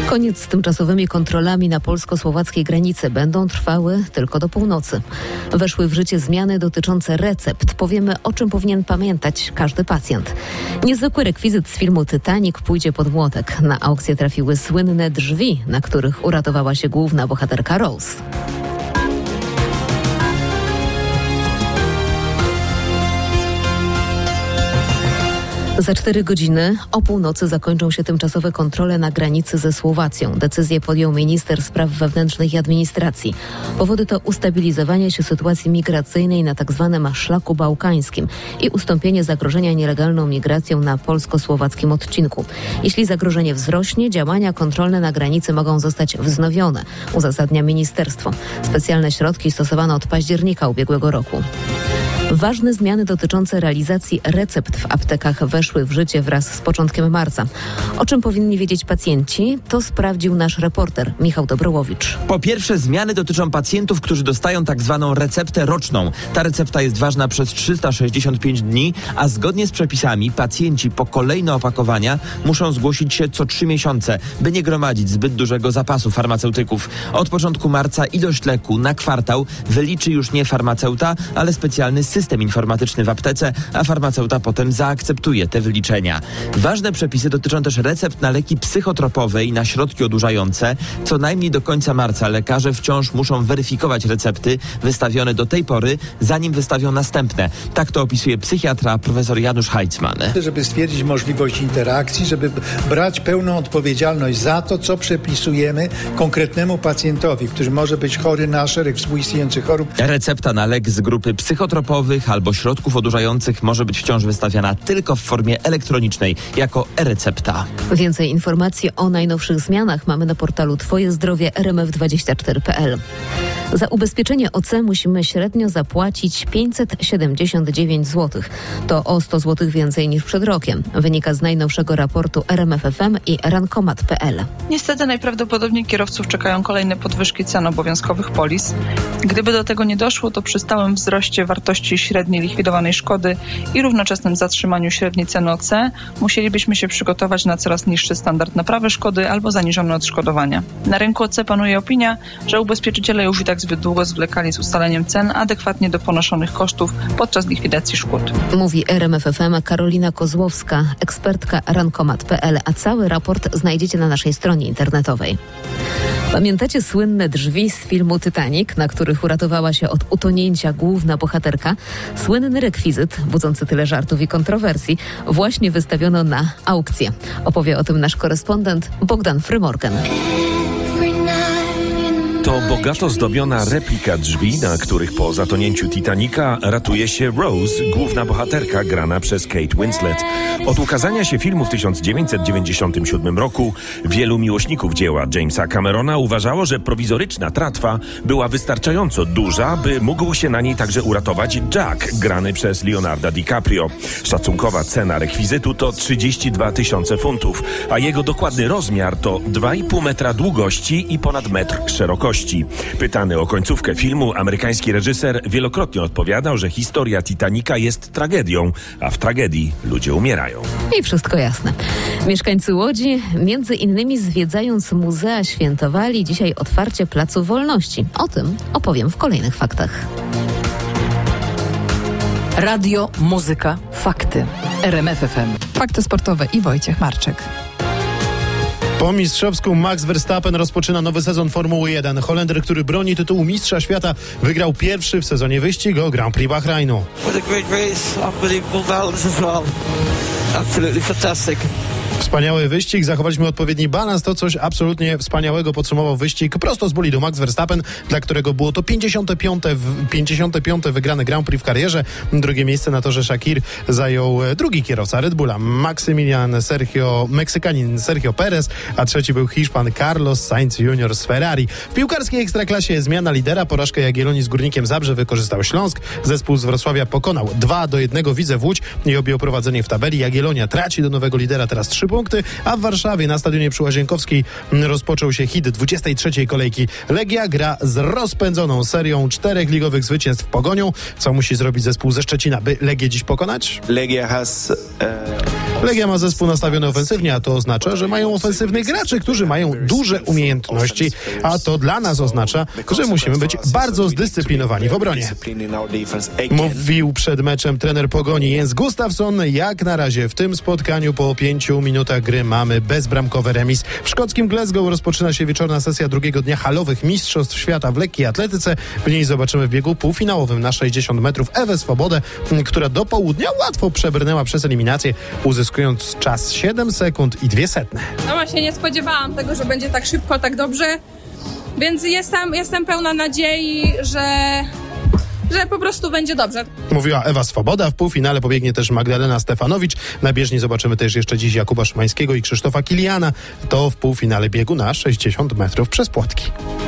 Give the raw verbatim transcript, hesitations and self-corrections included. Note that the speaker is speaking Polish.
Koniec z tymczasowymi kontrolami na polsko-słowackiej granicy. Będą trwały tylko do północy. Weszły w życie zmiany dotyczące recept. Powiemy, o czym powinien pamiętać każdy pacjent. Niezwykły rekwizyt z filmu Titanic pójdzie pod młotek. Na aukcję trafiły słynne drzwi, na których uratowała się główna bohaterka Rose. Za cztery godziny o północy zakończą się tymczasowe kontrole na granicy ze Słowacją. Decyzję podjął minister spraw wewnętrznych i administracji. Powody to ustabilizowanie się sytuacji migracyjnej na tzw. szlaku bałkańskim i ustąpienie zagrożenia nielegalną migracją na polsko-słowackim odcinku. Jeśli zagrożenie wzrośnie, działania kontrolne na granicy mogą zostać wznowione, uzasadnia ministerstwo. Specjalne środki stosowano od października ubiegłego roku. Ważne zmiany dotyczące realizacji recept w aptekach weszły w życie wraz z początkiem marca. O czym powinni wiedzieć pacjenci, to sprawdził nasz reporter Michał Dobrołowicz. Po pierwsze, zmiany dotyczą pacjentów, którzy dostają tak zwaną receptę roczną. Ta recepta jest ważna przez trzysta sześćdziesiąt pięć dni, a zgodnie z przepisami pacjenci po kolejne opakowania muszą zgłosić się co trzy miesiące, by nie gromadzić zbyt dużego zapasu farmaceutyków. Od początku marca ilość leku na kwartał wyliczy już nie farmaceuta, ale specjalny system informatyczny w aptece, a farmaceuta potem zaakceptuje te wyliczenia. Ważne przepisy dotyczą też recept na leki psychotropowe i na środki odurzające. Co najmniej do końca marca lekarze wciąż muszą weryfikować recepty wystawione do tej pory, zanim wystawią następne. Tak to opisuje psychiatra profesor Janusz Heitzman. Żeby stwierdzić możliwość interakcji, żeby brać pełną odpowiedzialność za to, co przepisujemy konkretnemu pacjentowi, który może być chory na szereg współistniejących chorób. Recepta na lek z grupy psychotropowych albo środków odurzających może być wciąż wystawiana tylko w formie elektronicznej, jako e-recepta. Więcej informacji o najnowszych zmianach mamy na portalu twoje zdrowie r m f dwadzieścia cztery kropka p l. Za ubezpieczenie O C musimy średnio zapłacić pięćset siedemdziesiąt dziewięć złotych. To o sto złotych więcej niż przed rokiem. Wynika z najnowszego raportu R M F F M i rankomat kropka p l. Niestety najprawdopodobniej kierowców czekają kolejne podwyżki cen obowiązkowych polis. Gdyby do tego nie doszło, to przy stałym wzroście wartości średniej likwidowanej szkody i równoczesnym zatrzymaniu średniej ceny O C musielibyśmy się przygotować na coraz niższy standard naprawy szkody albo zaniżone odszkodowania. Na rynku O C panuje opinia, że ubezpieczyciele już i tak zbyt długo zwlekali z ustaleniem cen adekwatnie do ponoszonych kosztów podczas likwidacji szkód. Mówi R M F F M Karolina Kozłowska, ekspertka rankomat kropka p l, a cały raport znajdziecie na naszej stronie internetowej. Pamiętacie słynne drzwi z filmu Titanic, na których uratowała się od utonięcia główna bohaterka? Słynny rekwizyt, budzący tyle żartów i kontrowersji, właśnie wystawiono na aukcję. Opowie o tym nasz korespondent Bogdan Frymorgan. To bogato zdobiona replika drzwi, na których po zatonięciu Titanica ratuje się Rose, główna bohaterka grana przez Kate Winslet. Od ukazania się filmu w tysiąc dziewięćset dziewięćdziesiątym siódmym roku wielu miłośników dzieła Jamesa Camerona uważało, że prowizoryczna tratwa była wystarczająco duża, by mógł się na niej także uratować Jack, grany przez Leonarda DiCaprio. Szacunkowa cena rekwizytu to trzydzieści dwa tysiące funtów, a jego dokładny rozmiar to dwa i pół metra długości i ponad metr szerokości. Pytany o końcówkę filmu, amerykański reżyser wielokrotnie odpowiadał, że historia Titanica jest tragedią, a w tragedii ludzie umierają. I wszystko jasne. Mieszkańcy Łodzi, między innymi zwiedzając muzea, świętowali dzisiaj otwarcie Placu Wolności. O tym opowiem w kolejnych faktach. Radio, muzyka, fakty. R M F F M. Fakty sportowe i Wojciech Marczyk. Po mistrzowsku Max Verstappen rozpoczyna nowy sezon Formuły jeden. Holender, który broni tytułu mistrza świata, wygrał pierwszy w sezonie wyścig o Grand Prix Bahrajnu. Wspaniały wyścig, zachowaliśmy odpowiedni balans, to coś absolutnie wspaniałego, podsumował wyścig prosto z bolidu Max Verstappen, dla którego było to pięćdziesiąte piąte, pięćdziesiąte piąte wygrane Grand Prix w karierze. Drugie miejsce na torze Shakir zajął drugi kierowca Red Bulla, Maksymilian Sergio, Meksykanin Sergio Perez, a trzeci był Hiszpan Carlos Sainz junior z Ferrari. W piłkarskiej ekstraklasie zmiana lidera, porażkę Jagiellonii z Górnikiem Zabrze wykorzystał Śląsk. Zespół z Wrocławia pokonał dwa do jednego Widzew Łódź i objął prowadzenie w tabeli. Jagiellonia traci do nowego lidera teraz trzy punkty, a w Warszawie na stadionie przy Łazienkowskiej rozpoczął się hit dwudziestej trzeciej kolejki. Legia gra z rozpędzoną serią czterech ligowych zwycięstw Pogonią. Co musi zrobić zespół ze Szczecina, by Legię dziś pokonać? Legia has... Legia ma zespół nastawiony ofensywnie, a to oznacza, że mają ofensywnych graczy, którzy mają duże umiejętności, a to dla nas oznacza, że musimy być bardzo zdyscyplinowani w obronie. Mówił przed meczem trener Pogoni Jens Gustafsson. Jak na razie w tym spotkaniu po pięciu minutach gry mamy bezbramkowy remis. W szkockim Glasgow rozpoczyna się wieczorna sesja drugiego dnia halowych Mistrzostw Świata w lekkiej atletyce. W niej zobaczymy w biegu półfinałowym na sześćdziesiąt metrów Ewę Swobodę, która do południa łatwo przebrnęła przez eliminację, uzyskując czas siedem sekund i dwie setne. No właśnie nie spodziewałam tego, że będzie tak szybko, tak dobrze, więc jestem, jestem pełna nadziei, że... że po prostu będzie dobrze. Mówiła Ewa Swoboda. W półfinale pobiegnie też Magdalena Stefanowicz. Na bieżni zobaczymy też jeszcze dziś Jakuba Szymańskiego i Krzysztofa Kiliana. To w półfinale biegu na sześćdziesiąt metrów przez płotki.